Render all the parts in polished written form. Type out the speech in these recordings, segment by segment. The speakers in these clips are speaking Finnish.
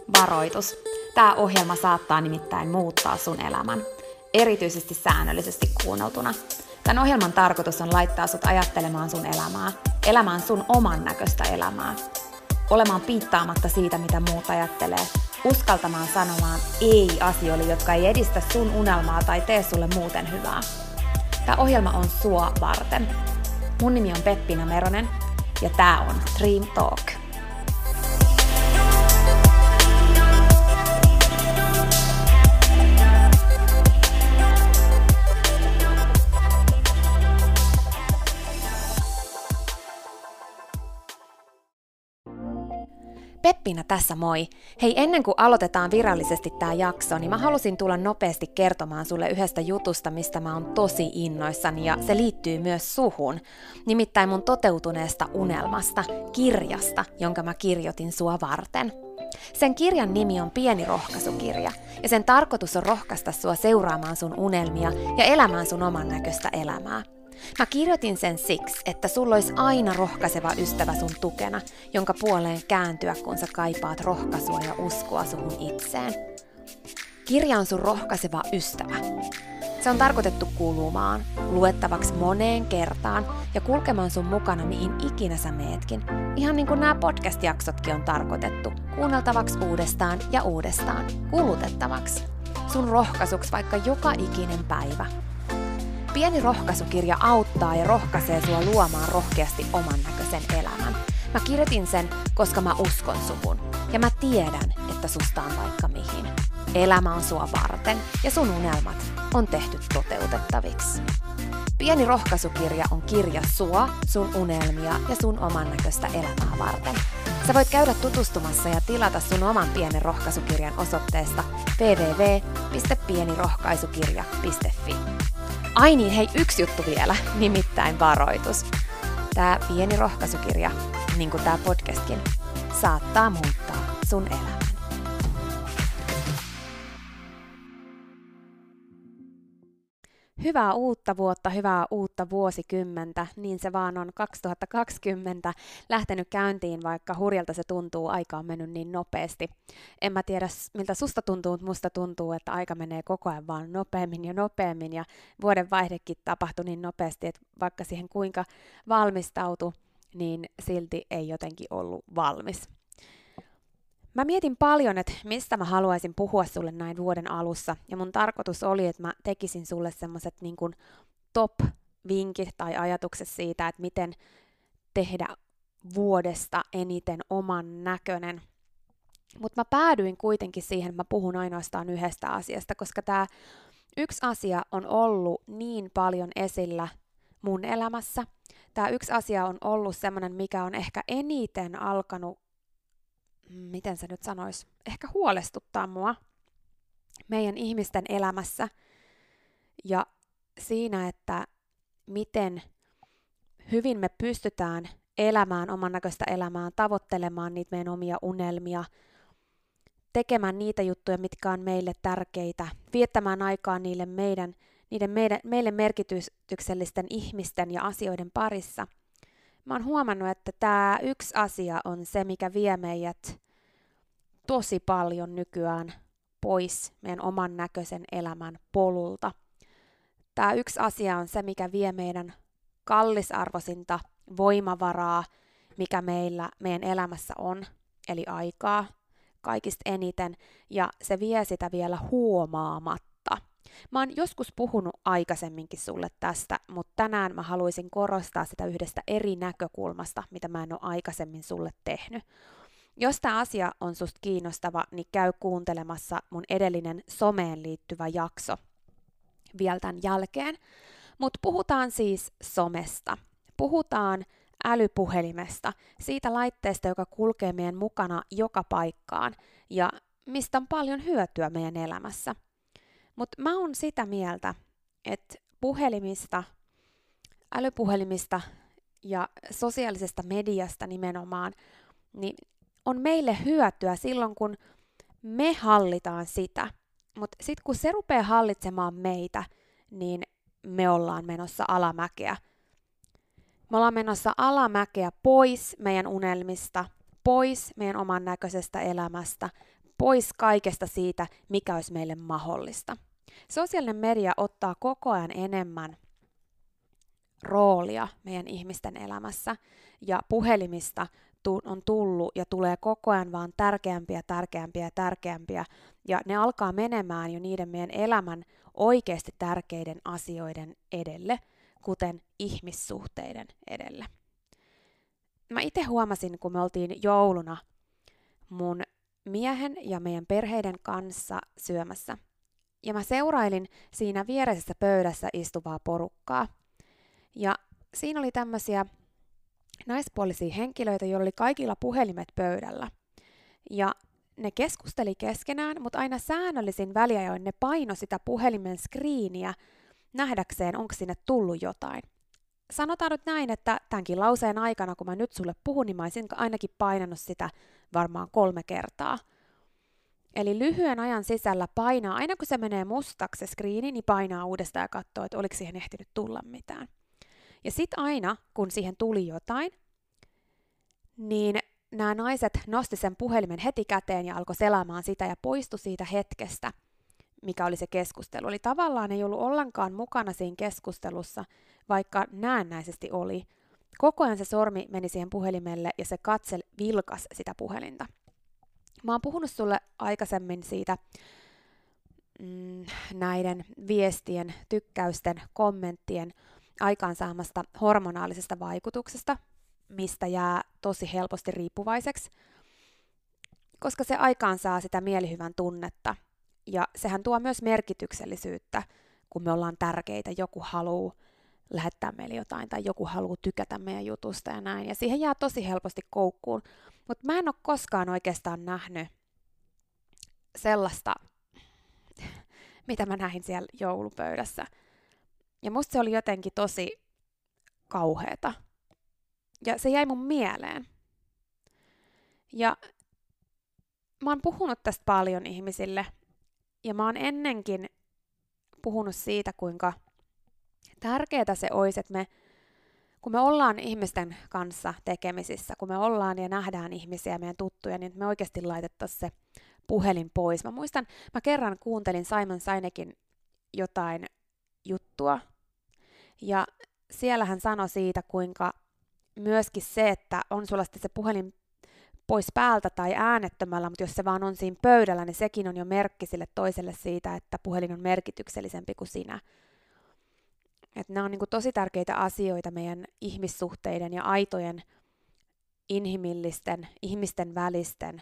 Varoitus. Tämä ohjelma saattaa nimittäin muuttaa sun elämän, erityisesti säännöllisesti kuunneltuna. Tämän ohjelman tarkoitus on laittaa sut ajattelemaan sun elämää, elämään sun oman näköistä elämää, olemaan piittaamatta siitä, mitä muut ajattelee, uskaltamaan sanomaan ei asioille, jotka ei edistä sun unelmaa tai tee sulle muuten hyvää. Tämä ohjelma on sua varten. Mun nimi on Peppina Meronen ja tää on Dream Talk. Peppina tässä moi! Hei, ennen kuin aloitetaan virallisesti tää jakso, niin mä halusin tulla nopeasti kertomaan sulle yhdestä jutusta, mistä mä oon tosi innoissani ja se liittyy myös suhun. Nimittäin mun toteutuneesta unelmasta, kirjasta, jonka mä kirjoitin sua varten. Sen kirjan nimi on Pieni rohkaisukirja ja sen tarkoitus on rohkaista sua seuraamaan sun unelmia ja elämään sun oman näköistä elämää. Mä kirjoitin sen siksi, että sulla olisi aina rohkaiseva ystävä sun tukena, jonka puoleen kääntyä, kun sä kaipaat rohkaisua ja uskoa suhun itseen. Kirja on sun rohkaiseva ystävä. Se on tarkoitettu kuulumaan, luettavaksi moneen kertaan ja kulkemaan sun mukana mihin ikinä sä meetkin. Ihan niin kuin nämä podcast-jaksotkin on tarkoitettu, kuunneltavaksi uudestaan ja uudestaan, kulutettavaksi. Sun rohkaisuksi vaikka joka ikinen päivä. Pieni rohkaisukirja auttaa ja rohkaisee sua luomaan rohkeasti oman näköisen elämän. Mä kirjoitin sen, koska mä uskon suhun. Ja mä tiedän, että susta on vaikka mihin. Elämä on sua varten ja sun unelmat on tehty toteutettaviksi. Pieni rohkaisukirja on kirja sua, sun unelmia ja sun oman näköistä elämää varten. Sä voit käydä tutustumassa ja tilata sun oman pienen rohkaisukirjan osoitteesta www.pienirohkaisukirja.fi. Ai niin, hei, yksi juttu vielä, nimittäin varoitus. Tää pieni rohkaisukirja, niin kuin tää podcastkin, saattaa muuttaa sun elämän. Hyvää uutta vuotta, hyvää uutta vuosikymmentä, niin se vaan on 2020 lähtenyt käyntiin, vaikka hurjalta se tuntuu, aika on mennyt niin nopeasti. En mä tiedä, miltä susta tuntuu, mutta musta tuntuu, että aika menee koko ajan vaan nopeammin ja vuodenvaihdekin tapahtui niin nopeasti, että vaikka siihen kuinka valmistautui, niin silti ei jotenkin ollut valmis. Mä mietin paljon, että mistä mä haluaisin puhua sulle näin vuoden alussa, ja mun tarkoitus oli, että mä tekisin sulle semmoset niin kuin top-vinkit tai ajatukset siitä, että miten tehdä vuodesta eniten oman näköinen. Mutta mä päädyin kuitenkin siihen, että mä puhun ainoastaan yhdestä asiasta, koska tää yksi asia on ollut niin paljon esillä mun elämässä. Tää yksi asia on ollut semmoinen, mikä on ehkä eniten alkanut, miten se nyt sanoisi, ehkä huolestuttaa mua meidän ihmisten elämässä ja siinä, että miten hyvin me pystytään elämään oman näköistä elämää, tavoittelemaan niitä meidän omia unelmia, tekemään niitä juttuja, mitkä on meille tärkeitä, viettämään aikaa meille merkityksellisten ihmisten ja asioiden parissa. Mä oon huomannut, että tämä yksi asia on se, mikä vie meidät tosi paljon nykyään pois meidän oman näköisen elämän polulta. Tämä yksi asia on se, mikä vie meidän kallisarvoisinta voimavaraa, mikä meidän elämässä on, eli aikaa kaikista eniten, ja se vie sitä vielä huomaamatta. Mä oon joskus puhunut aikaisemminkin sulle tästä, mutta tänään mä haluaisin korostaa sitä yhdestä eri näkökulmasta, mitä mä en ole aikaisemmin sulle tehnyt. Jos tämä asia on susta kiinnostava, niin käy kuuntelemassa mun edellinen someen liittyvä jakso vielä tämän jälkeen. Mutta puhutaan siis somesta. Puhutaan älypuhelimesta, siitä laitteesta, joka kulkee meidän mukana joka paikkaan ja mistä on paljon hyötyä meidän elämässä. Mutta mä oon sitä mieltä, että älypuhelimista ja sosiaalisesta mediasta nimenomaan, niin on meille hyötyä silloin, kun me hallitaan sitä. Mutta sitten kun se rupeaa hallitsemaan meitä, niin me ollaan menossa alamäkeä. Me ollaan menossa alamäkeä pois meidän unelmista, pois meidän oman näköisestä elämästä, pois kaikesta siitä, mikä olisi meille mahdollista. Sosiaalinen media ottaa koko ajan enemmän roolia meidän ihmisten elämässä, ja puhelimista on tullut ja tulee koko ajan vaan tärkeämpiä, ja ne alkaa menemään jo niiden meidän elämän oikeasti tärkeiden asioiden edelle, kuten ihmissuhteiden edelle. Mä itse huomasin, kun me oltiin jouluna mun miehen ja meidän perheiden kanssa syömässä, ja mä seurailin siinä viereisessä pöydässä istuvaa porukkaa, ja siinä oli tämmöisiä naispuolisia henkilöitä, joilla oli kaikilla puhelimet pöydällä. Ja ne keskusteli keskenään, mutta aina säännöllisin väliajoin ne paino sitä puhelimen screeniä nähdäkseen, onko sinne tullut jotain. Sanotaan nyt näin, että tämänkin lauseen aikana, kun mä nyt sulle puhun, niin mä olisin ainakin painanut sitä varmaan 3 kertaa. Eli lyhyen ajan sisällä painaa, aina kun se menee mustaksi se screeni, niin painaa uudestaan ja katsoo, että oliko siihen ehtinyt tulla mitään. Ja sitten aina, kun siihen tuli jotain, niin nämä naiset nosti sen puhelimen heti käteen ja alkoi selaamaan sitä ja poistui siitä hetkestä, mikä oli se keskustelu. Eli tavallaan ei ollut ollenkaan mukana siinä keskustelussa, vaikka näennäisesti oli. Koko ajan se sormi meni siihen puhelimelle ja se katse vilkas sitä puhelinta. Mä oon puhunut sulle aikaisemmin siitä näiden viestien, tykkäysten, kommenttien aikaansaamasta hormonaalisesta vaikutuksesta, mistä jää tosi helposti riippuvaiseksi, koska se aikaansaa sitä mielihyvän tunnetta. Ja sehän tuo myös merkityksellisyyttä, kun me ollaan tärkeitä, joku haluaa lähettää meille jotain tai joku haluaa tykätä meidän jutusta ja näin. Ja siihen jää tosi helposti koukkuun. Mutta mä en ole koskaan oikeastaan nähnyt sellaista, mitä mä näin siellä joulupöydässä. Ja musta se oli jotenkin tosi kauheata. Ja se jäi mun mieleen. Ja mä oon puhunut tästä paljon ihmisille. Ja mä oon ennenkin puhunut siitä, kuinka tärkeää se olisi, että kun me ollaan ihmisten kanssa tekemisissä, kun me ollaan ja nähdään ihmisiä, meidän tuttuja, niin me oikeasti laitettaisiin se puhelin pois. Mä muistan, mä kerran kuuntelin Simon Sinekin jotain juttua, ja siellä hän sanoi siitä, kuinka myöskin se, että on sulla sitten se puhelin pois päältä tai äänettömällä, mutta jos se vaan on siinä pöydällä, niin sekin on jo merkki sille toiselle siitä, että puhelin on merkityksellisempi kuin sinä. Että nämä on niin kuin tosi tärkeitä asioita meidän ihmissuhteiden ja aitojen, inhimillisten, ihmisten välisten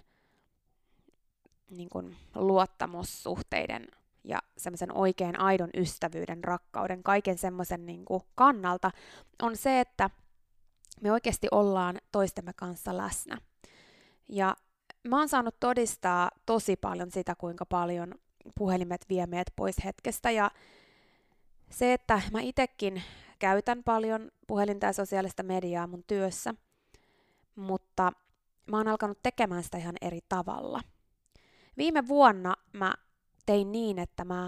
niin kuin luottamussuhteiden ja semmoisen oikein aidon ystävyyden, rakkauden, kaiken semmoisen niin kuin kannalta on se, että me oikeasti ollaan toistemme kanssa läsnä. Ja mä oon saanut todistaa tosi paljon sitä, kuinka paljon puhelimet vie meidät pois hetkestä. Ja se, että mä itsekin käytän paljon puhelinta ja sosiaalista mediaa mun työssä, mutta mä oon alkanut tekemään sitä ihan eri tavalla. Viime vuonna mä tein niin, että mä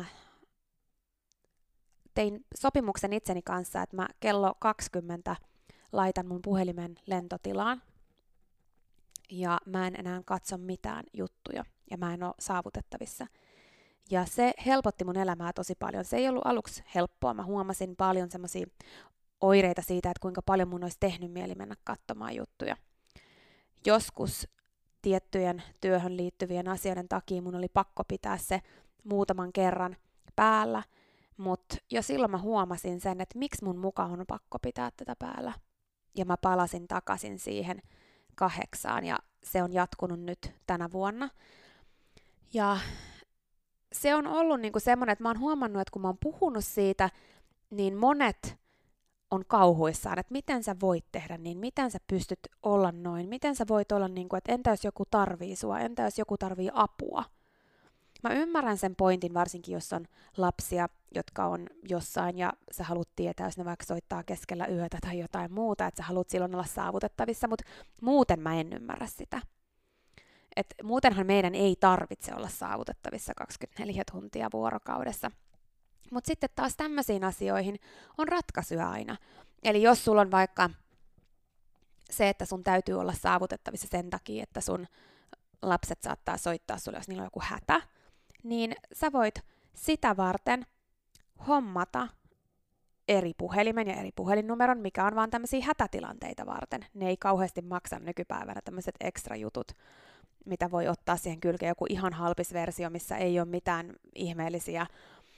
tein sopimuksen itseni kanssa, että mä kello 20 laitan mun puhelimen lentotilaan ja mä en enää katso mitään juttuja ja mä en ole saavutettavissa. Ja se helpotti mun elämää tosi paljon. Se ei ollut aluksi helppoa. Mä huomasin paljon semmoisia oireita siitä, että kuinka paljon mun olisi tehnyt mieli mennä katsomaan juttuja. Joskus tiettyjen työhön liittyvien asioiden takia mun oli pakko pitää se muutaman kerran päällä, mutta jo silloin mä huomasin sen, että miksi mun muka on pakko pitää tätä päällä. Ja mä palasin takaisin siihen 8 ja se on jatkunut nyt tänä vuonna. Ja se on ollut niinku semmoinen, että mä oon huomannut, että kun mä oon puhunut siitä, niin monet on kauhuissaan, että miten sä voit tehdä niin, miten sä pystyt olla noin, miten sä voit olla niin kuin, että entä jos joku tarvii sua, entä jos joku tarvii apua. Mä ymmärrän sen pointin, varsinkin jos on lapsia, jotka on jossain ja sä haluat tietää, jos ne vaikka soittaa keskellä yötä tai jotain muuta, että sä haluat silloin olla saavutettavissa, mutta muuten mä en ymmärrä sitä. Et muutenhan meidän ei tarvitse olla saavutettavissa 24 tuntia vuorokaudessa. Mutta sitten taas tämmöisiin asioihin on ratkaisuja aina. Eli jos sulla on vaikka se, että sun täytyy olla saavutettavissa sen takia, että sun lapset saattaa soittaa sulle, jos niillä on joku hätä, niin sä voit sitä varten hommata eri puhelimen ja eri puhelinnumeron, mikä on vaan tämmöisiä hätätilanteita varten. Ne ei kauheasti maksa nykypäivänä tämmöiset ekstra jutut, mitä voi ottaa siihen kylkeen, joku ihan halpis versio, missä ei ole mitään ihmeellisiä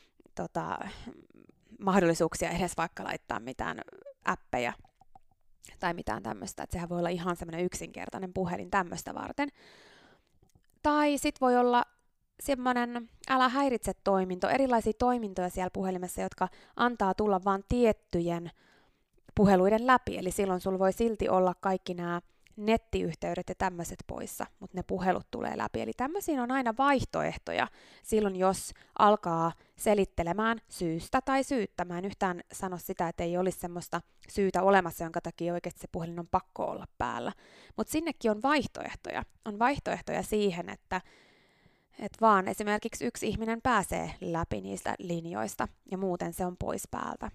mahdollisuuksia edes vaikka laittaa mitään appeja tai mitään tämmöistä, että sehän voi olla ihan semmoinen yksinkertainen puhelin tämmöistä varten. Tai sit voi olla semmoinen älä häiritse toiminto, erilaisia toimintoja siellä puhelimessa, jotka antaa tulla vain tiettyjen puheluiden läpi, eli silloin sulla voi silti olla kaikki nämä nettiyhteydet ja tämmöiset poissa, mutta ne puhelut tulee läpi. Eli tämmöisiin on aina vaihtoehtoja silloin, jos alkaa selittelemään syystä tai syyttä. Mä en yhtään sano sitä, että ei olisi semmoista syytä olemassa, jonka takia oikeasti se puhelin on pakko olla päällä. Mutta sinnekin on vaihtoehtoja. On vaihtoehtoja siihen, että vaan esimerkiksi yksi ihminen pääsee läpi niistä linjoista ja muuten se on pois päältä.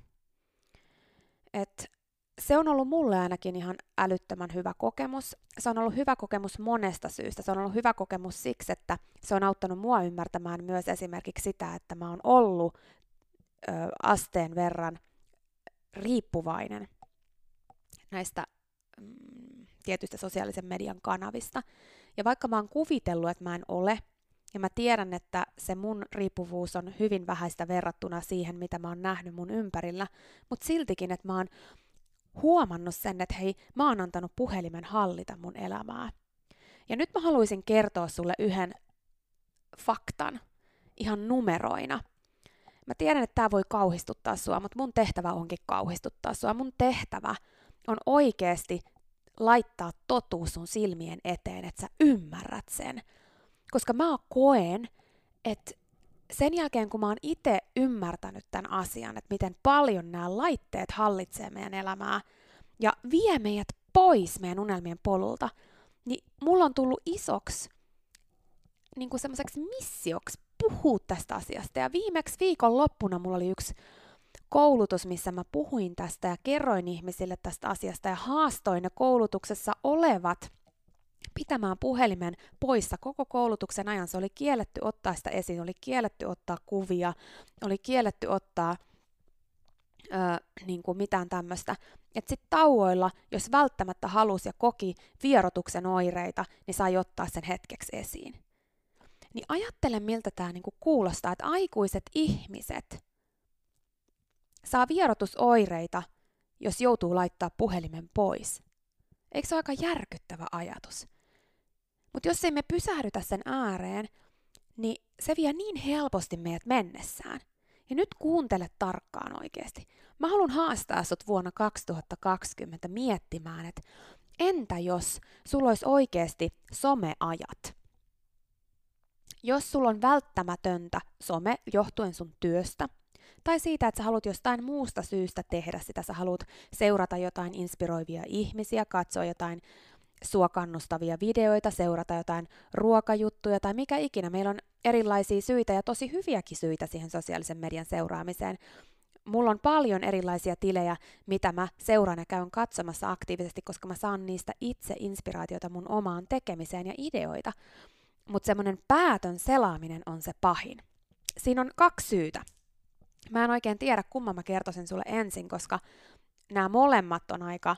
Se on ollut mulle ainakin ihan älyttömän hyvä kokemus. Se on ollut hyvä kokemus monesta syystä. Se on ollut hyvä kokemus siksi, että se on auttanut mua ymmärtämään myös esimerkiksi sitä, että mä oon ollut asteen verran riippuvainen näistä tietyistä sosiaalisen median kanavista. Ja vaikka mä oon kuvitellut, että mä en ole, ja mä tiedän, että se mun riippuvuus on hyvin vähäistä verrattuna siihen, mitä mä oon nähnyt mun ympärillä, mutta siltikin, että mä oon huomannut sen, että hei, mä oon antanut puhelimen hallita mun elämää. Ja nyt mä haluaisin kertoa sulle yhden faktan, ihan numeroina. Mä tiedän, että tää voi kauhistuttaa sua, mutta mun tehtävä onkin kauhistuttaa sua. Mun tehtävä on oikeasti laittaa totuus sun silmien eteen, että sä ymmärrät sen. Koska mä koen, että sen jälkeen, kun mä oon itse ymmärtänyt tämän asian, että miten paljon nämä laitteet hallitsee meidän elämää ja vie meidät pois meidän unelmien polulta, niin mulla on tullut isoksi niin kuin semmoiseksi missioksi puhua tästä asiasta. Ja viimeksi viikonloppuna mulla oli yksi koulutus, missä mä puhuin tästä ja kerroin ihmisille tästä asiasta ja haastoin ne koulutuksessa olevat pitämään puhelimen poissa koko koulutuksen ajan. Se oli kielletty ottaa sitä esiin, oli kielletty ottaa kuvia, oli kielletty ottaa niin kuin mitään tämmöistä. Että sitten tauoilla, jos välttämättä halusi ja koki vierotuksen oireita, niin sai ottaa sen hetkeksi esiin. Niin ajattele, miltä tämä niin kuin kuulostaa, että aikuiset ihmiset saa vierotusoireita, jos joutuu laittaa puhelimen pois. Eikö se ole aika järkyttävä ajatus? Mutta jos ei me pysähdytä sen ääreen, niin se vie niin helposti meidät mennessään. Ja nyt kuuntele tarkkaan oikeasti. Mä haluan haastaa sut vuonna 2020 miettimään, että entä jos sulla olisi oikeasti someajat? Jos sulla on välttämätöntä some johtuen sun työstä, tai siitä, että sä haluat jostain muusta syystä tehdä sitä, sä haluat seurata jotain inspiroivia ihmisiä, katsoa jotain sua kannustavia videoita, seurata jotain ruokajuttuja tai mikä ikinä. Meillä on erilaisia syitä ja tosi hyviäkin syitä siihen sosiaalisen median seuraamiseen. Mulla on paljon erilaisia tilejä, mitä mä seuraan ja käyn katsomassa aktiivisesti, koska mä saan niistä itse inspiraatiota mun omaan tekemiseen ja ideoita. Mutta semmoinen päätön selaaminen on se pahin. Siinä on 2 syytä. Mä en oikein tiedä, kumman mä kertoisin sulle ensin, koska nämä molemmat on aika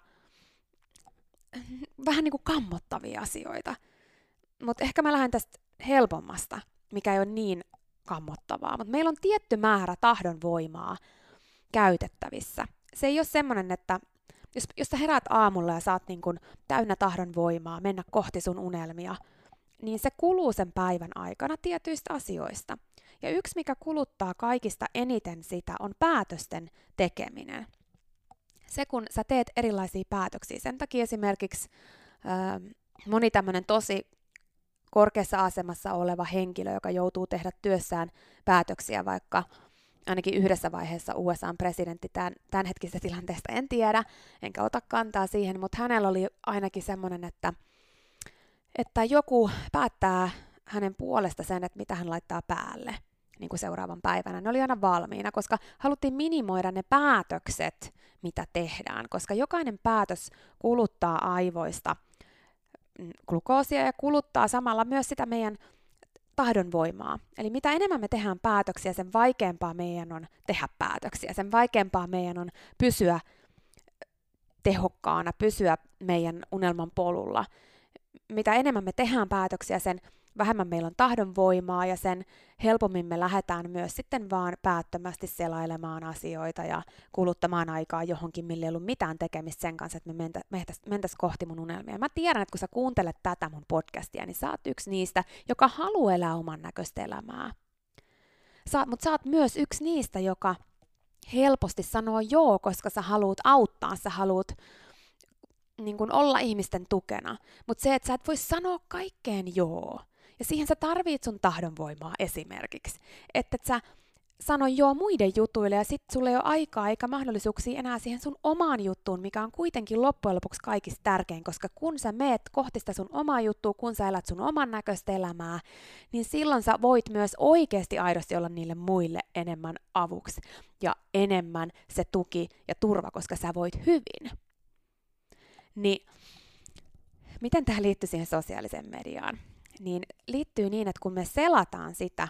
vähän niin kuin kammottavia asioita. Mutta ehkä mä lähden tästä helpommasta, mikä ei ole niin kammottavaa. Mutta meillä on tietty määrä tahdonvoimaa käytettävissä. Se ei ole semmoinen, että jos sä heräät aamulla ja saat niin kuin täynnä tahdonvoimaa mennä kohti sun unelmia, niin se kuluu sen päivän aikana tietyistä asioista. Ja yksi, mikä kuluttaa kaikista eniten sitä, on päätösten tekeminen. Se, kun sä teet erilaisia päätöksiä. Sen takia esimerkiksi moni tämmöinen tosi korkeassa asemassa oleva henkilö, joka joutuu tehdä työssään päätöksiä, vaikka ainakin yhdessä vaiheessa USA:n presidentti tämänhetkisestä tilanteesta en tiedä, enkä ota kantaa siihen, mutta hänellä oli ainakin semmoinen, että joku päättää hänen puolesta sen, että mitä hän laittaa päälle niin kuin seuraavan päivänä. Ne oli aina valmiina, koska haluttiin minimoida ne päätökset, mitä tehdään, koska jokainen päätös kuluttaa aivoista glukoosia ja kuluttaa samalla myös sitä meidän tahdonvoimaa. Eli mitä enemmän me tehdään päätöksiä, sen vaikeampaa meidän on tehdä päätöksiä, sen vaikeampaa meidän on pysyä tehokkaana, pysyä meidän unelman polulla. Mitä enemmän me tehdään päätöksiä, sen vähemmän meillä on tahdonvoimaa ja sen helpommin me lähdetään myös sitten vaan päättömästi selailemaan asioita ja kuluttamaan aikaa johonkin, millä ei ollut mitään tekemistä sen kanssa, että me mentäisiin kohti mun unelmia. Mä tiedän, että kun sä kuuntelet tätä mun podcastia, niin sä oot yksi niistä, joka haluaa elää oman näköistä elämää. Mutta sä oot myös yksi niistä, joka helposti sanoo joo, koska sä haluat auttaa, sä haluat niin kun olla ihmisten tukena. Mutta se, että sä et voi sanoa kaikkeen joo. Ja siihen sä tarvit sun tahdonvoimaa esimerkiksi. Että et sä sano joo muiden jutuille ja sit sulle ei ole aikaa eikä mahdollisuuksia enää siihen sun omaan juttuun, mikä on kuitenkin loppujen lopuksi kaikista tärkein, koska kun sä meet kohti sitä sun omaa juttua, kun sä elät sun oman näköistä elämää, niin silloin sä voit myös oikeasti aidosti olla niille muille enemmän avuksi ja enemmän se tuki ja turva, koska sä voit hyvin. Niin, miten tämä liittyy siihen sosiaaliseen mediaan? Niin liittyy niin, että kun me selataan sitä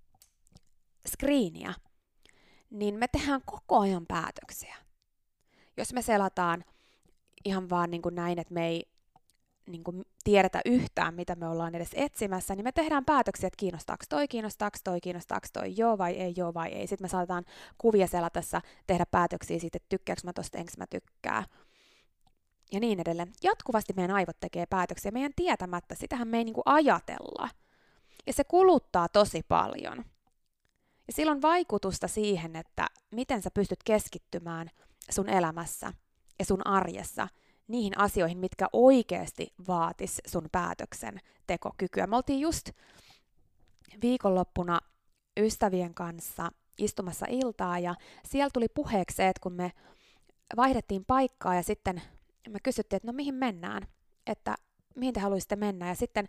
screeniä, niin me tehdään koko ajan päätöksiä. Jos me selataan ihan vaan niin kuin näin, että me ei niin kuin tiedetä yhtään, mitä me ollaan edes etsimässä, niin me tehdään päätöksiä, että kiinnostaako toi, joo vai ei. Sitten me saatetaan kuvia selatessa tehdä päätöksiä siitä, että tykkääkö mä tosta, enkö mä tykkää. Ja niin edelleen. Jatkuvasti meidän aivot tekee päätöksiä meidän tietämättä. Sitähän me ei niinku ajatella. Ja se kuluttaa tosi paljon. Ja sillä on vaikutusta siihen, että miten sä pystyt keskittymään sun elämässä ja sun arjessa niihin asioihin, mitkä oikeasti vaatis sun päätöksentekokykyä. Me oltiin just viikonloppuna ystävien kanssa istumassa iltaa ja siellä tuli puheeksi se, että kun me vaihdettiin paikkaa ja sitten me kysyttiin, että no mihin mennään, että mihin te haluaisitte mennä. Ja sitten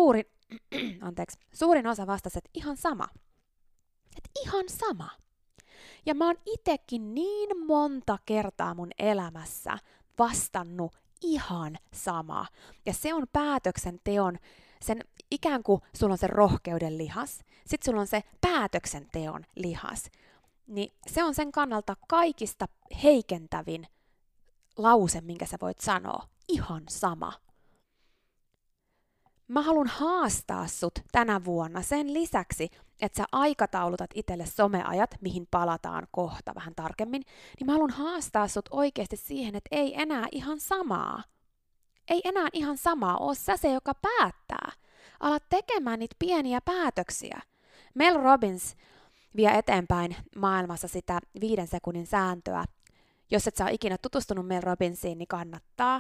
suurin osa vastasi, että ihan sama. Että ihan sama. Ja mä oon itekin niin monta kertaa mun elämässä vastannut ihan sama. Ja se on päätöksenteon, sen ikään kuin sulla on se rohkeuden lihas, sit sulla on se päätöksenteon lihas. Niin se on sen kannalta kaikista heikentävin lause, minkä sä voit sanoa. Ihan sama. Mä haluan haastaa sut tänä vuonna sen lisäksi, että sä aikataulutat itselle someajat, mihin palataan kohta vähän tarkemmin, niin mä haluan haastaa sut oikeasti siihen, että ei enää ihan samaa. Ei enää ihan samaa, oo sä se, joka päättää. Ala tekemään niitä pieniä päätöksiä. Mel Robbins vie eteenpäin maailmassa sitä 5 sekunnin sääntöä. Jos et sä ole ikinä tutustunut Mel Robbinsiin, niin kannattaa.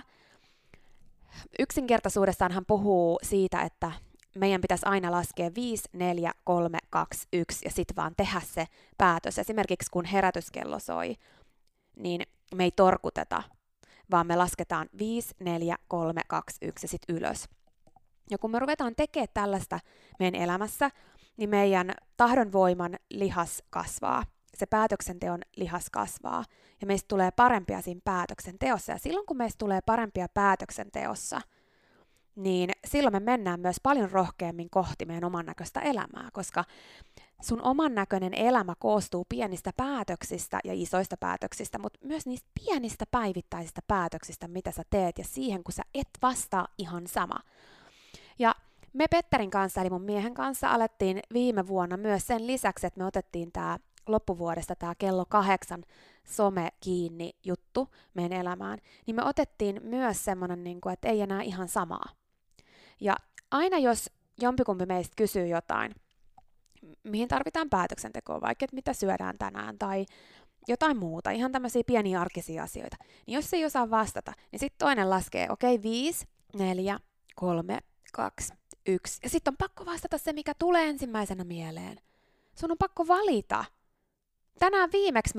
Yksinkertaisuudessaan hän puhuu siitä, että meidän pitäisi aina laskea 5, 4, 3, 2, 1 ja sitten vaan tehdä se päätös. Esimerkiksi kun herätyskello soi, niin me ei torkuteta, vaan me lasketaan 5, 4, 3, 2, 1 ja sitten ylös. Ja kun me ruvetaan tekemään tällaista meidän elämässä, niin meidän tahdonvoiman lihas kasvaa. Se päätöksenteon lihas kasvaa ja meistä tulee parempia siinä päätöksenteossa. Ja silloin kun meistä tulee parempia päätöksenteossa, niin silloin me mennään myös paljon rohkeammin kohti meidän oman näköistä elämää, koska sun oman näköinen elämä koostuu pienistä päätöksistä ja isoista päätöksistä, mutta myös niistä pienistä päivittäisistä päätöksistä, mitä sä teet ja siihen, kun sä et vastaa ihan sama. Ja me Petterin kanssa, eli mun miehen kanssa, alettiin viime vuonna myös sen lisäksi, että me otettiin tämä loppuvuodesta tämä kello 8 some kiinni juttu meidän elämään, niin me otettiin myös semmoinen, että ei enää ihan samaa. Ja aina jos jompikumpi meistä kysyy jotain, mihin tarvitaan päätöksentekoa, vaikka että mitä syödään tänään tai jotain muuta, ihan tämmöisiä pieniä arkisia asioita, niin jos ei osaa vastata, niin sitten toinen laskee, 5, 4, 3, 2, 1, ja sitten on pakko vastata se, mikä tulee ensimmäisenä mieleen. Sun on pakko valita. Tänään viimeksi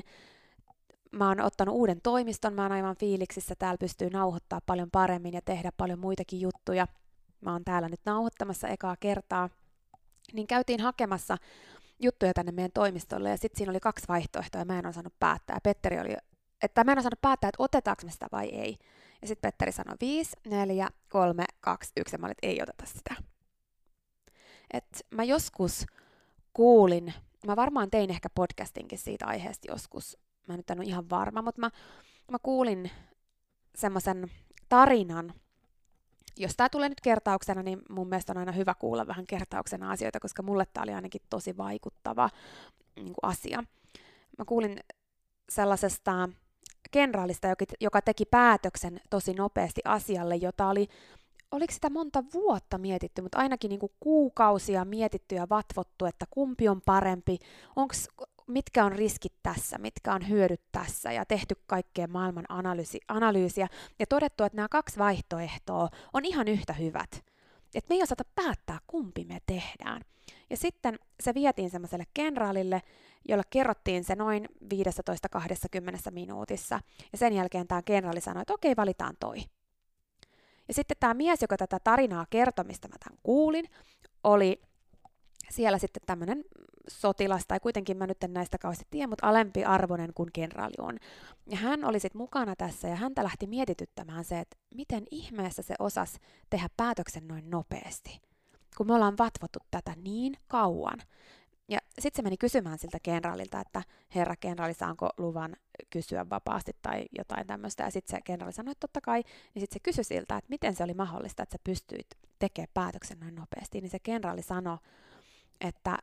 mä oon ottanut uuden toimiston, mä oon aivan fiiliksissä, täällä pystyy nauhoittaa paljon paremmin ja tehdä paljon muitakin juttuja. Mä oon täällä nyt nauhoittamassa ekaa kertaa. Niin käytiin hakemassa juttuja tänne meidän toimistolle ja sitten siinä oli 2 vaihtoehtoa ja mä en osannut päättää. Petteri oli, että mä en osannut päättää, että otetaanko me sitä vai ei. Ja sitten Petteri sanoi 5, 4, 3, 2, 1 ja mä olin, että ei oteta sitä. Et mä joskus kuulin, mä varmaan tein ehkä podcastinkin siitä aiheesta joskus, mä nyt en ole ihan varma, mutta mä kuulin semmoisen tarinan. Jos tää tulee nyt kertauksena, niin mun mielestä on aina hyvä kuulla vähän kertauksena asioita, koska mulle tää oli ainakin tosi vaikuttava asia. Mä kuulin sellaisesta kenraalista, joka teki päätöksen tosi nopeasti asialle, jota oliko sitä monta vuotta mietitty, mutta ainakin niin kuin kuukausia mietitty ja vatvottu, että kumpi on parempi, mitkä on riskit tässä, mitkä on hyödyt tässä, ja tehty kaikkea maailman analyysiä, ja todettu, että nämä 2 vaihtoehtoa on ihan yhtä hyvät. Että me ei osata päättää, kumpi me tehdään. Ja sitten se vietiin semmoiselle kenraalille, jolle kerrottiin se noin 15-20 minuutissa, ja sen jälkeen tämä kenraali sanoi, että okei, valitaan toi. Ja sitten tämä mies, joka tätä tarinaa kertoi, mistä mä tämän kuulin, oli siellä sitten tämmöinen sotilas, tai kuitenkin mä nyt en näistä kauheasti tiedä, mutta alempi arvoinen kuin kenraali on. Ja hän oli sitten mukana tässä, ja häntä lähti mietityttämään se, että miten ihmeessä se osasi tehdä päätöksen noin nopeasti, kun me ollaan vatvottu tätä niin kauan. Ja sitten se meni kysymään siltä kenraalilta, että herra kenraali, saanko luvan kysyä vapaasti tai jotain tämmöistä. Ja sitten se kenraali sanoi, että totta kai. Niin sitten se kysyi siltä, että miten se oli mahdollista, että sä pystyit tekemään päätöksen noin nopeasti. Niin se kenraali sanoi, että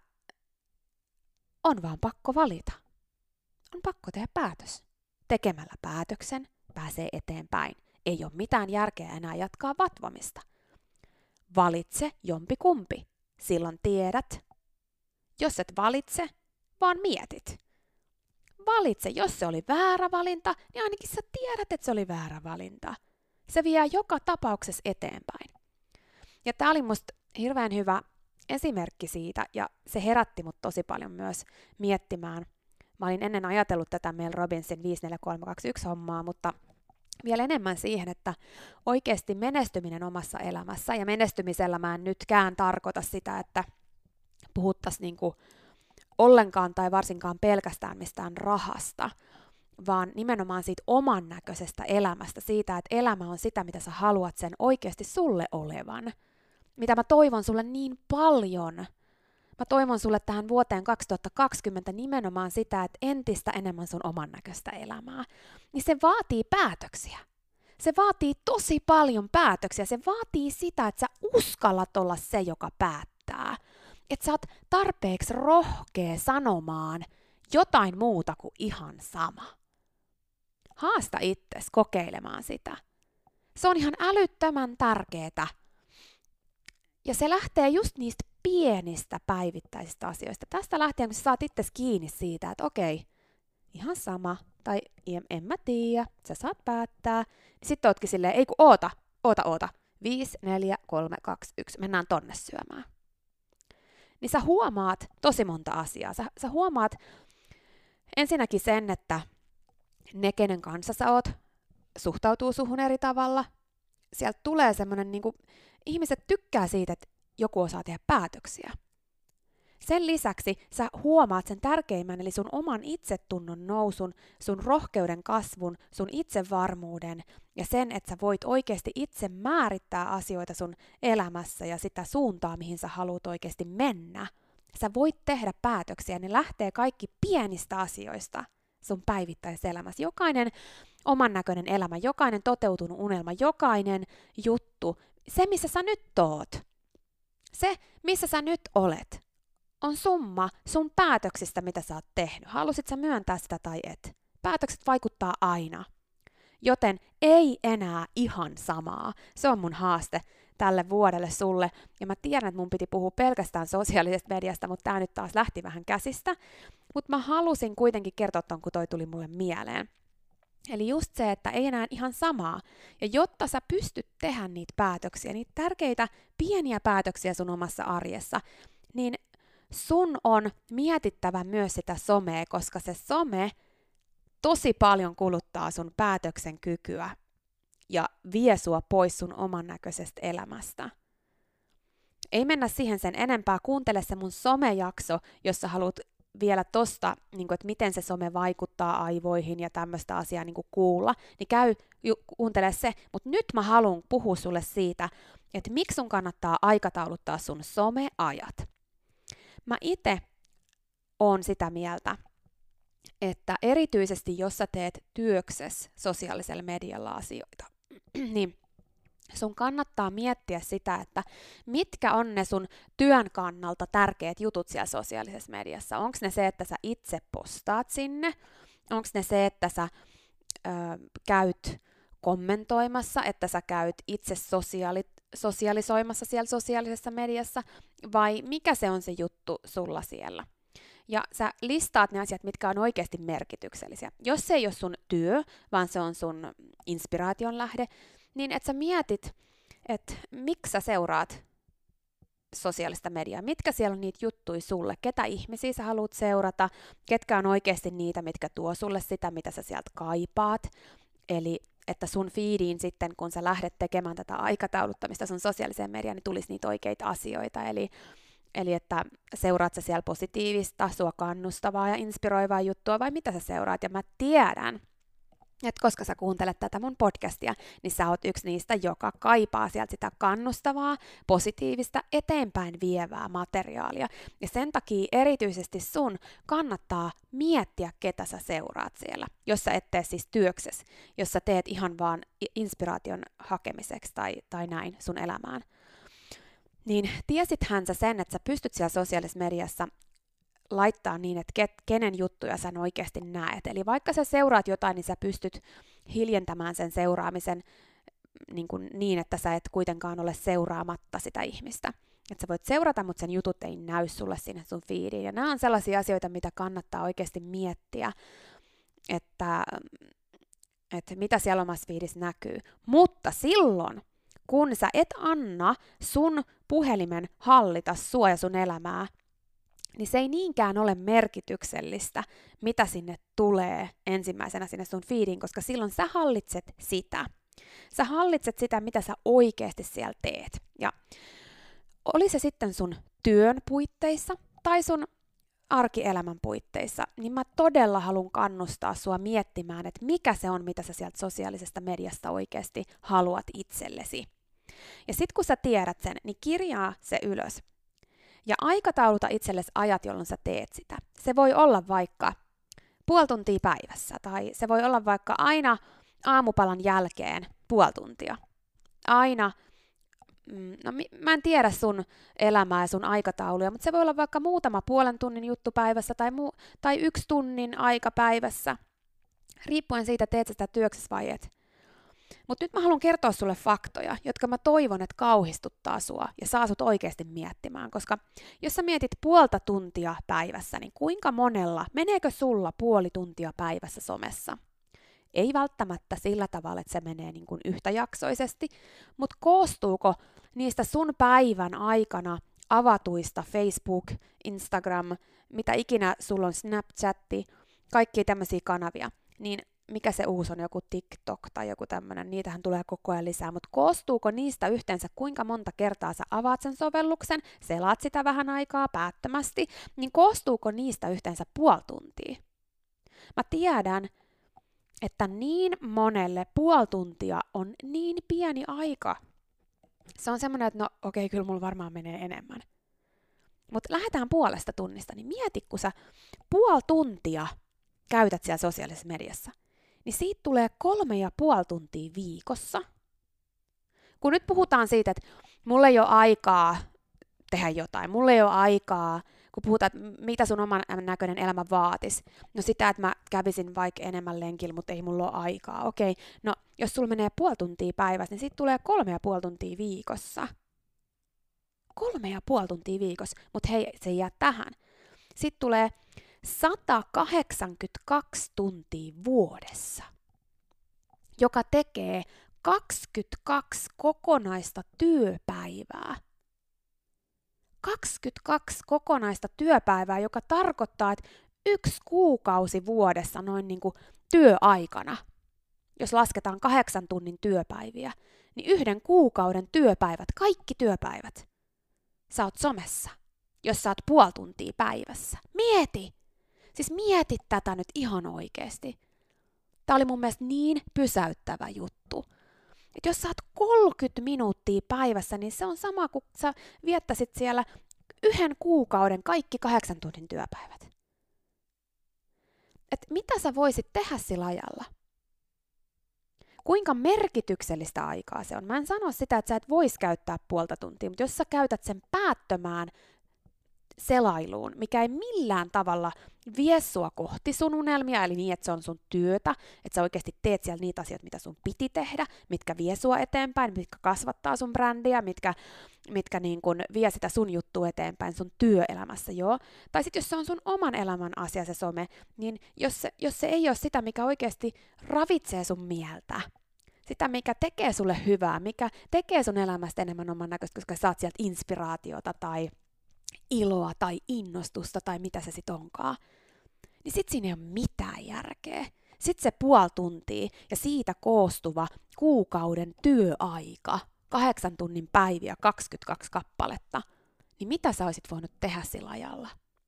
on vaan pakko valita. On pakko tehdä päätös. Tekemällä päätöksen pääsee eteenpäin. Ei ole mitään järkeä enää jatkaa vatvomista. Valitse jompikumpi. Silloin tiedät. Jos et valitse, vaan mietit. Valitse, jos se oli väärä valinta, niin ainakin sä tiedät, että se oli väärä valinta. Se vie joka tapauksessa eteenpäin. Ja tää oli musta hirveän hyvä esimerkki siitä, ja se herätti mut tosi paljon myös miettimään. Mä olin ennen ajatellut tätä Mel Robbinsin 54321 hommaa, mutta vielä enemmän siihen, että oikeasti menestyminen omassa elämässä, ja menestymisellä mä en nytkään tarkoita sitä, että puhuttaisiin niinku ollenkaan tai varsinkaan pelkästään mistään rahasta, vaan nimenomaan siitä oman näköisestä elämästä, siitä, että elämä on sitä, mitä sä haluat sen oikeasti sulle olevan. Mitä mä toivon sulle niin paljon. Mä toivon sulle tähän vuoteen 2020 nimenomaan sitä, että entistä enemmän sun oman näköistä elämää. Niin se vaatii päätöksiä. Se vaatii tosi paljon päätöksiä. Se vaatii sitä, että sä uskallat olla se, joka päättää. Että sä oot tarpeeksi rohkea sanomaan jotain muuta kuin ihan sama. Haasta itses kokeilemaan sitä. Se on ihan älyttömän tärkeetä. Ja se lähtee just niistä pienistä päivittäisistä asioista. Tästä lähtien, kun sä saat itses kiinni siitä, että okei, ihan sama, tai en mä tiedä, sä saat päättää. Niin sitten ootkin silleen, ei kun oota. 5, 4, 3, 2, 1, mennään tonne syömään. Niin sä huomaat tosi monta asiaa. Sä huomaat ensinnäkin sen, että ne, kenen kanssa sä oot, suhtautuu suhun eri tavalla. Sieltä tulee semmoinen, niin kuin, ihmiset tykkää siitä, että joku osaa tehdä päätöksiä. Sen lisäksi sä huomaat sen tärkeimmän, eli sun oman itsetunnon nousun, sun rohkeuden kasvun, sun itsevarmuuden ja sen, että sä voit oikeasti itse määrittää asioita sun elämässä ja sitä suuntaa, mihin sä haluat oikeasti mennä. Sä voit tehdä päätöksiä, ne lähtee kaikki pienistä asioista sun päivittäiselämässä. Jokainen oman näköinen elämä, jokainen toteutunut unelma, jokainen juttu, se missä sä nyt oot, se missä sä nyt olet, on summa sun päätöksistä, mitä sä oot tehnyt. Halusit sä myöntää sitä tai et? Päätökset vaikuttaa aina. Joten ei enää ihan samaa. Se on mun haaste tälle vuodelle sulle. Ja mä tiedän, että mun piti puhua pelkästään sosiaalisesta mediasta, mutta tää nyt taas lähti vähän käsistä. Mutta mä halusin kuitenkin kertoa ton, kun toi tuli mulle mieleen. Eli just se, että ei enää ihan samaa. Ja jotta sä pystyt tehdä niitä päätöksiä, niitä tärkeitä pieniä päätöksiä sun omassa arjessa, niin sun on mietittävä myös sitä somea, koska se some tosi paljon kuluttaa sun päätöksen kykyä ja vie sua pois sun oman näköisestä elämästä. Ei mennä siihen sen enempää. Kuuntele se mun somejakso, jos sä haluat vielä tosta, niin kuin, että miten se some vaikuttaa aivoihin ja tämmöistä asiaa niin kuin kuulla, niin käy kuuntele se. Mutta nyt mä haluan puhua sulle siitä, että miksi sun kannattaa aikatauluttaa sun someajat. Mä itse oon sitä mieltä, että erityisesti jos sä teet työksessä sosiaalisella medialla asioita, niin sun kannattaa miettiä sitä, että mitkä on ne sun työn kannalta tärkeät jutut siellä sosiaalisessa mediassa. Onko ne se, että sä itse postaat sinne? Onko ne se, että sä käyt kommentoimassa, että sä käyt itse sosialisoimassa siellä sosiaalisessa mediassa? Vai mikä se on se juttu sulla siellä? Ja sä listaat ne asiat, mitkä on oikeasti merkityksellisiä. Jos se ei ole sun työ, vaan se on sun inspiraation lähde, niin että sä mietit, että miksi sä seuraat sosiaalista mediaa, mitkä siellä on niitä juttuja sulle, ketä ihmisiä sä haluat seurata, ketkä on oikeasti niitä, mitkä tuo sulle sitä, mitä sä sieltä kaipaat. Eli että sun feediin sitten, kun sä lähdet tekemään tätä aikatauluttamista sun sosiaaliseen mediaan, niin tulisi niitä oikeita asioita. Eli että seuraat sä siellä positiivista, sua kannustavaa ja inspiroivaa juttua, vai mitä sä seuraat. Ja mä tiedän, että koska sä kuuntelet tätä mun podcastia, niin sä oot yksi niistä, joka kaipaa sieltä sitä kannustavaa, positiivista, eteenpäin vievää materiaalia. Ja sen takia erityisesti sun kannattaa miettiä, ketä sä seuraat siellä, jos sä et tee siis työksesi, jos sä teet ihan vaan inspiraation hakemiseksi tai näin sun elämään. Niin tiesithän sä sen, että sä pystyt siellä sosiaalisessa mediassa laittaa niin, että kenen juttuja sä oikeasti näet. Eli vaikka sä seuraat jotain, niin sä pystyt hiljentämään sen seuraamisen niin, että sä et kuitenkaan ole seuraamatta sitä ihmistä. Että sä voit seurata, mutta sen jutut ei näy sulle sinne sun feediin. Ja nämä on sellaisia asioita, mitä kannattaa oikeasti miettiä, että mitä siellä omassa feedissä näkyy. Mutta silloin, kun sä et anna sun puhelimen hallita sua ja sun elämää, niin se ei niinkään ole merkityksellistä, mitä sinne tulee ensimmäisenä sinne sun feediin, koska silloin sä hallitset sitä. Sä hallitset sitä, mitä sä oikeasti siellä teet. Ja oli se sitten sun työn puitteissa tai sun arkielämän puitteissa, niin mä todella haluan kannustaa sua miettimään, että mikä se on, mitä sä sieltä sosiaalisesta mediasta oikeasti haluat itsellesi. Ja sit kun sä tiedät sen, niin kirjaa se ylös. Ja aikatauluta itsellesi ajat, jolloin sä teet sitä. Se voi olla vaikka puoli tuntia päivässä, tai se voi olla vaikka aina aamupalan jälkeen puoli tuntia. Aina, mä en tiedä sun elämää ja sun aikatauluja, mutta se voi olla vaikka muutama puolen tunnin juttu päivässä tai 1 tunnin aika päivässä, riippuen siitä, teet sä sitä työksessä vai et. Mutta nyt mä haluan kertoa sulle faktoja, jotka mä toivon, että kauhistuttaa sua ja saa sut oikeasti miettimään, koska jos sä mietit puolta tuntia päivässä, niin kuinka monella, meneekö sulla puoli tuntia päivässä somessa? Ei välttämättä sillä tavalla, että se menee niin kuin yhtäjaksoisesti, mutta koostuuko niistä sun päivän aikana avatuista Facebook, Instagram, mitä ikinä sulla on, Snapchatti, kaikkia tämmöisiä kanavia, niin mikä se uusi on, joku TikTok tai joku tämmöinen, niitähän tulee koko ajan lisää, mutta koostuuko niistä yhteensä, kuinka monta kertaa sä avaat sen sovelluksen, selaat sitä vähän aikaa päättömästi, niin koostuuko niistä yhteensä puoli tuntia? Mä tiedän, että niin monelle puoli tuntia on niin pieni aika. Se on semmoinen, että no okei, kyllä mulla varmaan menee enemmän. Mutta lähdetään puolesta tunnista, niin mieti, kun sä puoli tuntia käytät siellä sosiaalisessa mediassa, niin siitä tulee 3,5 tuntia viikossa. Kun nyt puhutaan siitä, että mulla ei ole aikaa tehdä jotain, mulla ei ole aikaa, kun puhutaan, että mitä sun oman näköinen elämä vaatisi. No sitä, että mä kävisin vaikka enemmän lenkillä, mutta ei mulla ole aikaa. Okei, no jos sulla menee puoli tuntia päivässä, niin siitä tulee 3,5 tuntia viikossa. 3,5 tuntia viikossa, mutta hei, se ei jää tähän. Sitten tulee 182 tuntia vuodessa, joka tekee 22 kokonaista työpäivää. 22 kokonaista työpäivää, joka tarkoittaa, että 1 kuukausi vuodessa noin niin kuin työaikana, jos lasketaan 8 tunnin työpäiviä, niin 1 kuukauden työpäivät, kaikki työpäivät, sä oot somessa, jos sä oot puoli tuntia päivässä. Mieti! Siis mieti tätä nyt ihan oikeesti. Tää oli mun mielestä niin pysäyttävä juttu. Että jos sä oot 30 minuuttia päivässä, niin se on sama kuin sä viettäisit siellä 1 kuukauden kaikki 8 tunnin työpäivät. Et mitä sä voisit tehdä sillä ajalla? Kuinka merkityksellistä aikaa se on? Mä en sano sitä, että sä et vois käyttää puolta tuntia, mutta jos sä käytät sen päättömään selailuun, mikä ei millään tavalla vie sua kohti sun unelmia, eli niin, että se on sun työtä, että sä oikeasti teet siellä niitä asioita, mitä sun piti tehdä, mitkä vie sua eteenpäin, mitkä kasvattaa sun brändiä, mitkä niin kun vie sitä sun juttua eteenpäin sun työelämässä, joo. Tai sitten jos se on sun oman elämän asia se some, niin jos se ei ole sitä, mikä oikeasti ravitsee sun mieltä, sitä, mikä tekee sulle hyvää, mikä tekee sun elämästä enemmän oman näköistä, koska saat sieltä inspiraatiota tai iloa tai innostusta tai mitä se sit onkaan, niin sit siinä ei ole mitään järkeä. Sitten se puoli tuntia ja siitä koostuva kuukauden työaika, 8 tunnin päiviä, 22 kappaletta, niin mitä sä olisit voinut tehdä sillä ajalla?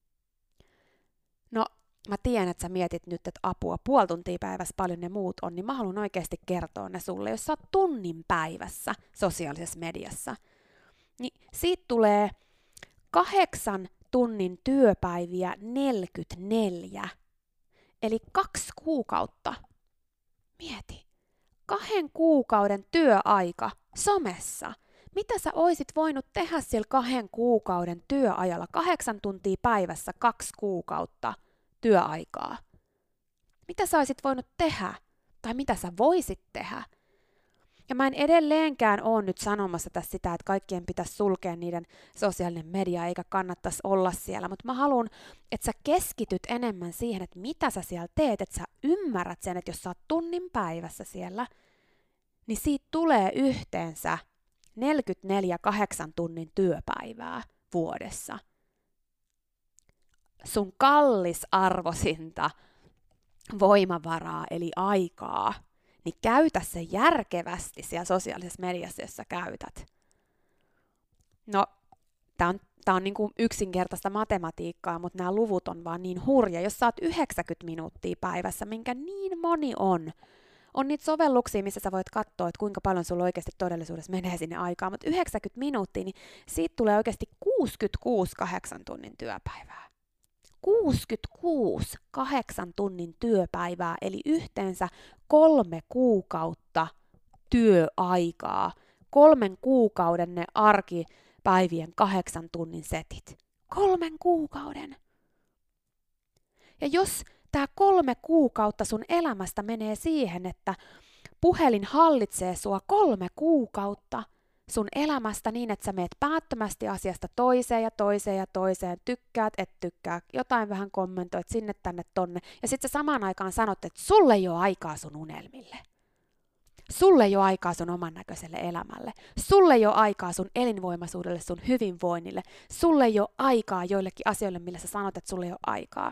No, mä tiedän, että sä mietit nyt, että apua, puoli tuntia päivässä paljon ne muut on, niin mä haluan oikeasti kertoa ne sulle. Jos sä oot tunnin päivässä sosiaalisessa mediassa, niin siitä tulee 8 tunnin työpäiviä 44, eli 2 kuukautta. Mieti, 2 kuukauden työaika somessa. Mitä sä oisit voinut tehdä sillä 2 kuukauden työajalla? 8 tuntia päivässä, 2 kuukautta työaikaa. Mitä sä oisit voinut tehdä? Tai mitä sä voisit tehdä? Ja mä en edelleenkään ole nyt sanomassa tässä sitä, että kaikkien pitäisi sulkea niiden sosiaalinen media eikä kannattaisi olla siellä, mutta mä haluan, että sä keskityt enemmän siihen, että mitä sä siellä teet, että sä ymmärrät sen, että jos sä oot tunnin päivässä siellä, niin siitä tulee yhteensä 44 8 tunnin työpäivää vuodessa. Sun kallisarvoisinta voimavaraa eli aikaa, niin käytä se järkevästi siellä sosiaalisessa mediassa, jos sä käytät. No, tää on niin kuin yksinkertaista matematiikkaa, mutta nämä luvut on vaan niin hurja. Jos sä oot 90 minuuttia päivässä, minkä niin moni on niitä sovelluksia, missä sä voit katsoa, että kuinka paljon sulla oikeasti todellisuudessa menee sinne aikaan, mutta 90 minuuttia, niin siitä tulee oikeasti 66 8 tunnin työpäivää. 66 8 tunnin työpäivää, eli yhteensä 3 kuukautta työaikaa. 3 kuukauden ne arkipäivien 8 tunnin setit. 3 kuukauden. Ja jos tämä 3 kuukautta sun elämästä menee siihen, että puhelin hallitsee sua 3 kuukautta sun elämästä niin, että sä meet päättömästi asiasta toiseen ja toiseen ja toiseen, tykkäät, et tykkää, jotain vähän kommentoit sinne tänne tonne, ja sitten sä samaan aikaan sanot, että sulle ei ole aikaa sun unelmille. Sulle ei ole aikaa sun oman näköiselle elämälle. Sulle ei ole aikaa sun elinvoimaisuudelle, sun hyvinvoinnille. Sulle ei ole aikaa joillekin asioille, millä sä sanot, että sulle ei ole aikaa.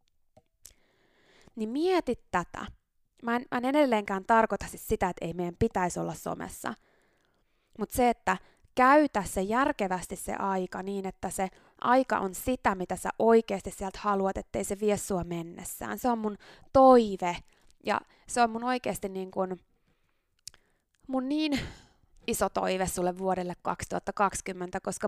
Niin mieti tätä. Mä en edelleenkään tarkoita siis sitä, että ei meidän pitäisi olla somessa. Mutta se, että käytä se järkevästi se aika niin, että se aika on sitä, mitä sä oikeasti sieltä haluat, ettei se vie sua mennessään. Se on mun toive ja se on mun oikeasti mun niin iso toive sulle vuodelle 2020, koska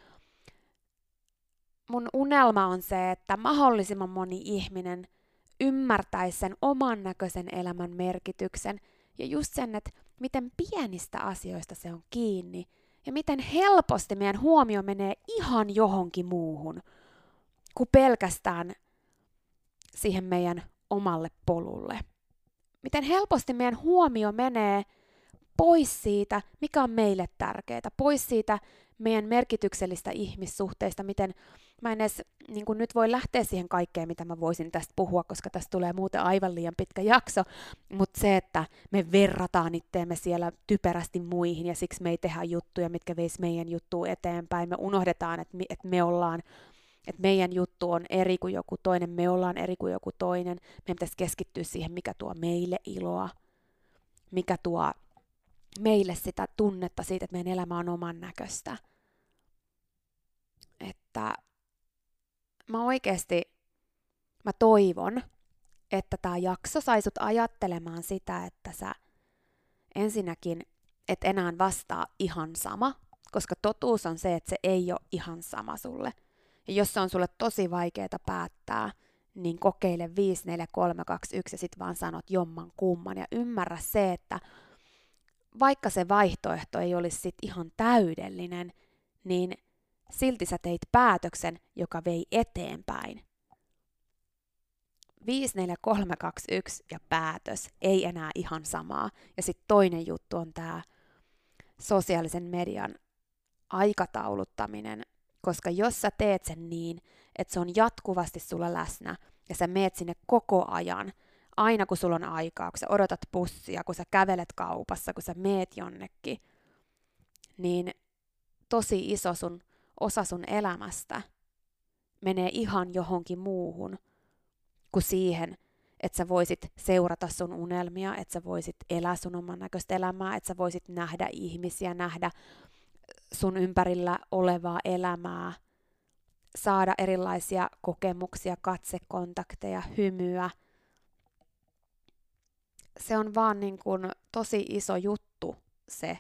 mun unelma on se, että mahdollisimman moni ihminen ymmärtäisi sen oman näköisen elämän merkityksen ja just sen, että miten pienistä asioista se on kiinni ja miten helposti meidän huomio menee ihan johonkin muuhun kuin pelkästään siihen meidän omalle polulle. Miten helposti meidän huomio menee pois siitä, mikä on meille tärkeää, pois siitä meidän merkityksellistä ihmissuhteista, miten mä en edes nyt voi lähteä siihen kaikkeen, mitä mä voisin tästä puhua, koska tästä tulee muuten aivan liian pitkä jakso, mutta se, että me verrataan itteemme siellä typerästi muihin ja siksi me ei tehdä juttuja, mitkä veisi meidän juttua eteenpäin, me unohdetaan, että meidän juttu on eri kuin joku toinen, me ollaan eri kuin joku toinen, meidän pitäisi keskittyä siihen, mikä tuo meille iloa, mikä tuo meille sitä tunnetta siitä, että meidän elämä on oman näköistä. Että mä oikeasti mä toivon, että tämä jakso sai sut ajattelemaan sitä, että sä ensinnäkin et enää vastaa ihan sama, koska totuus on se, että se ei ole ihan sama sulle. Ja jos se on sulle tosi vaikeaa päättää, niin kokeile 5, 4, 3, 2, 1 ja sit vaan sanot jomman kumman. Ja ymmärrä se, että vaikka se vaihtoehto ei olisi sit ihan täydellinen, niin silti sä teit päätöksen, joka vei eteenpäin. 5, 4, 3, 2, 1 ja päätös, ei enää ihan samaa. Ja sitten toinen juttu on tämä sosiaalisen median aikatauluttaminen, koska jos sä teet sen niin, että se on jatkuvasti sulla läsnä ja sä meet sinne koko ajan, aina kun sulla on aikaa, kun sä odotat bussia, kun sä kävelet kaupassa, kun sä meet jonnekin, niin tosi iso osa sun elämästä menee ihan johonkin muuhun kuin siihen, että sä voisit seurata sun unelmia, että sä voisit elää sun oman näköistä elämää, että sä voisit nähdä ihmisiä, nähdä sun ympärillä olevaa elämää, saada erilaisia kokemuksia, katsekontakteja, hymyä. Se on vaan niin kuin tosi iso juttu se,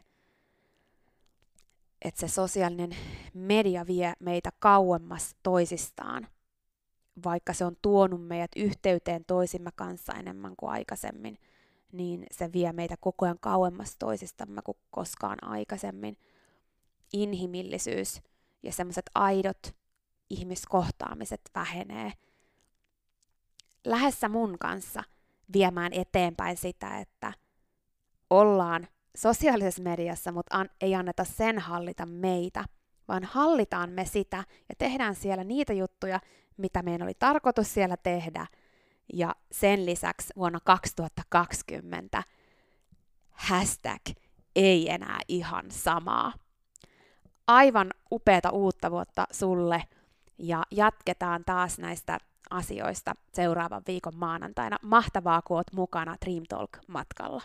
että se sosiaalinen media vie meitä kauemmas toisistaan, vaikka se on tuonut meidät yhteyteen toisimme kanssa enemmän kuin aikaisemmin, niin se vie meitä koko ajan kauemmas toisistamme kuin koskaan aikaisemmin. Inhimillisyys ja semmoiset aidot ihmiskohtaamiset vähenee. Lähes sä mun kanssa viemään eteenpäin sitä, että ollaan sosiaalisessa mediassa, mutta ei anneta sen hallita meitä, vaan hallitaan me sitä ja tehdään siellä niitä juttuja, mitä meidän oli tarkoitus siellä tehdä. Ja sen lisäksi vuonna 2020 hashtag ei enää ihan samaa. Aivan upeata uutta vuotta sulle ja jatketaan taas näistä asioista seuraavan viikon maanantaina. Mahtavaa, kun oot mukana Dream Talk-matkalla.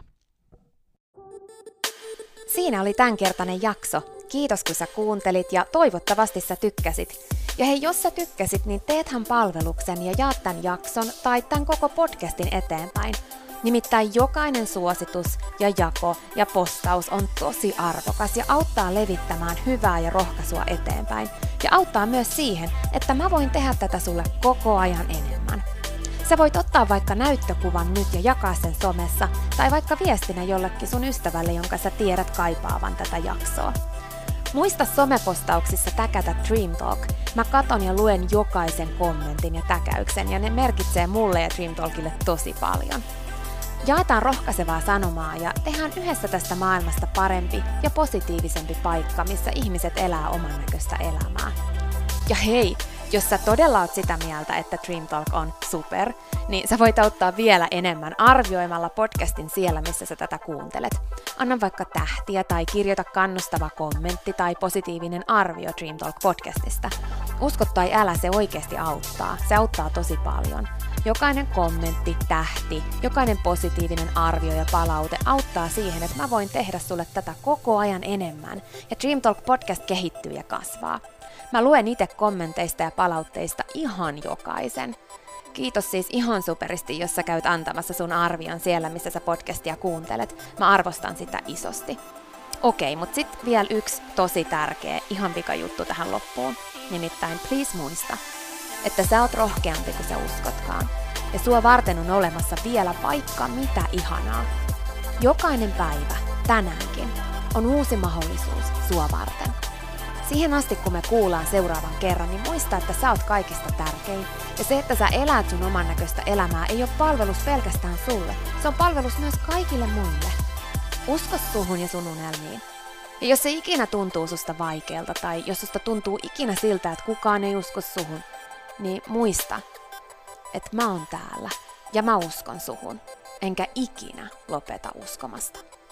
Siinä oli tämänkertainen jakso. Kiitos kun sä kuuntelit ja toivottavasti sä tykkäsit. Ja hei, jos sä tykkäsit, niin teethän palveluksen ja jaat tämän jakson tai tämän koko podcastin eteenpäin. Nimittäin jokainen suositus ja jako ja postaus on tosi arvokas ja auttaa levittämään hyvää ja rohkaisua eteenpäin. Ja auttaa myös siihen, että mä voin tehdä tätä sulle koko ajan enemmän. Sä voit ottaa vaikka näyttökuvan nyt ja jakaa sen somessa, tai vaikka viestinä jollekin sun ystävälle, jonka sä tiedät kaipaavan tätä jaksoa. Muista somepostauksissa täkätä Dream Talk. Mä katon ja luen jokaisen kommentin ja täkäyksen, ja ne merkitsee mulle ja Dream Talkille tosi paljon. Jaetaan rohkaisevaa sanomaa ja tehdään yhdessä tästä maailmasta parempi ja positiivisempi paikka, missä ihmiset elää oman näköistä elämää. Ja hei, jos sä todella oot sitä mieltä, että Dream Talk on super, niin sä voit auttaa vielä enemmän arvioimalla podcastin siellä, missä sä tätä kuuntelet. Anna vaikka tähtiä tai kirjoita kannustava kommentti tai positiivinen arvio Dream Talk podcastista. Usko tai älä, se oikeasti auttaa. Se auttaa tosi paljon. Jokainen kommentti, tähti, jokainen positiivinen arvio ja palaute auttaa siihen, että mä voin tehdä sulle tätä koko ajan enemmän. Ja Dream Talk podcast kehittyy ja kasvaa. Mä luen itse kommenteista ja palautteista ihan jokaisen. Kiitos siis ihan superisti, jos sä käyt antamassa sun arvion siellä, missä sä podcastia kuuntelet. Mä arvostan sitä isosti. Okei, mut sit vielä yksi tosi tärkeä, ihan pikajuttu tähän loppuun. Nimittäin please muista, että sä oot rohkeampi kuin sä uskotkaan. Ja sua varten on olemassa vielä vaikka mitä ihanaa. Jokainen päivä, tänäänkin, on uusi mahdollisuus sua varten. Siihen asti, kun me kuullaan seuraavan kerran, niin muista, että sä oot kaikista tärkein. Ja se, että sä elät sun oman näköistä elämää, ei ole palvelus pelkästään sulle. Se on palvelus myös kaikille muille. Usko suhun ja sun unelmiin. Ja jos se ikinä tuntuu susta vaikealta, tai jos susta tuntuu ikinä siltä, että kukaan ei usko suhun, niin muista, että mä oon täällä ja mä uskon suhun, enkä ikinä lopeta uskomasta.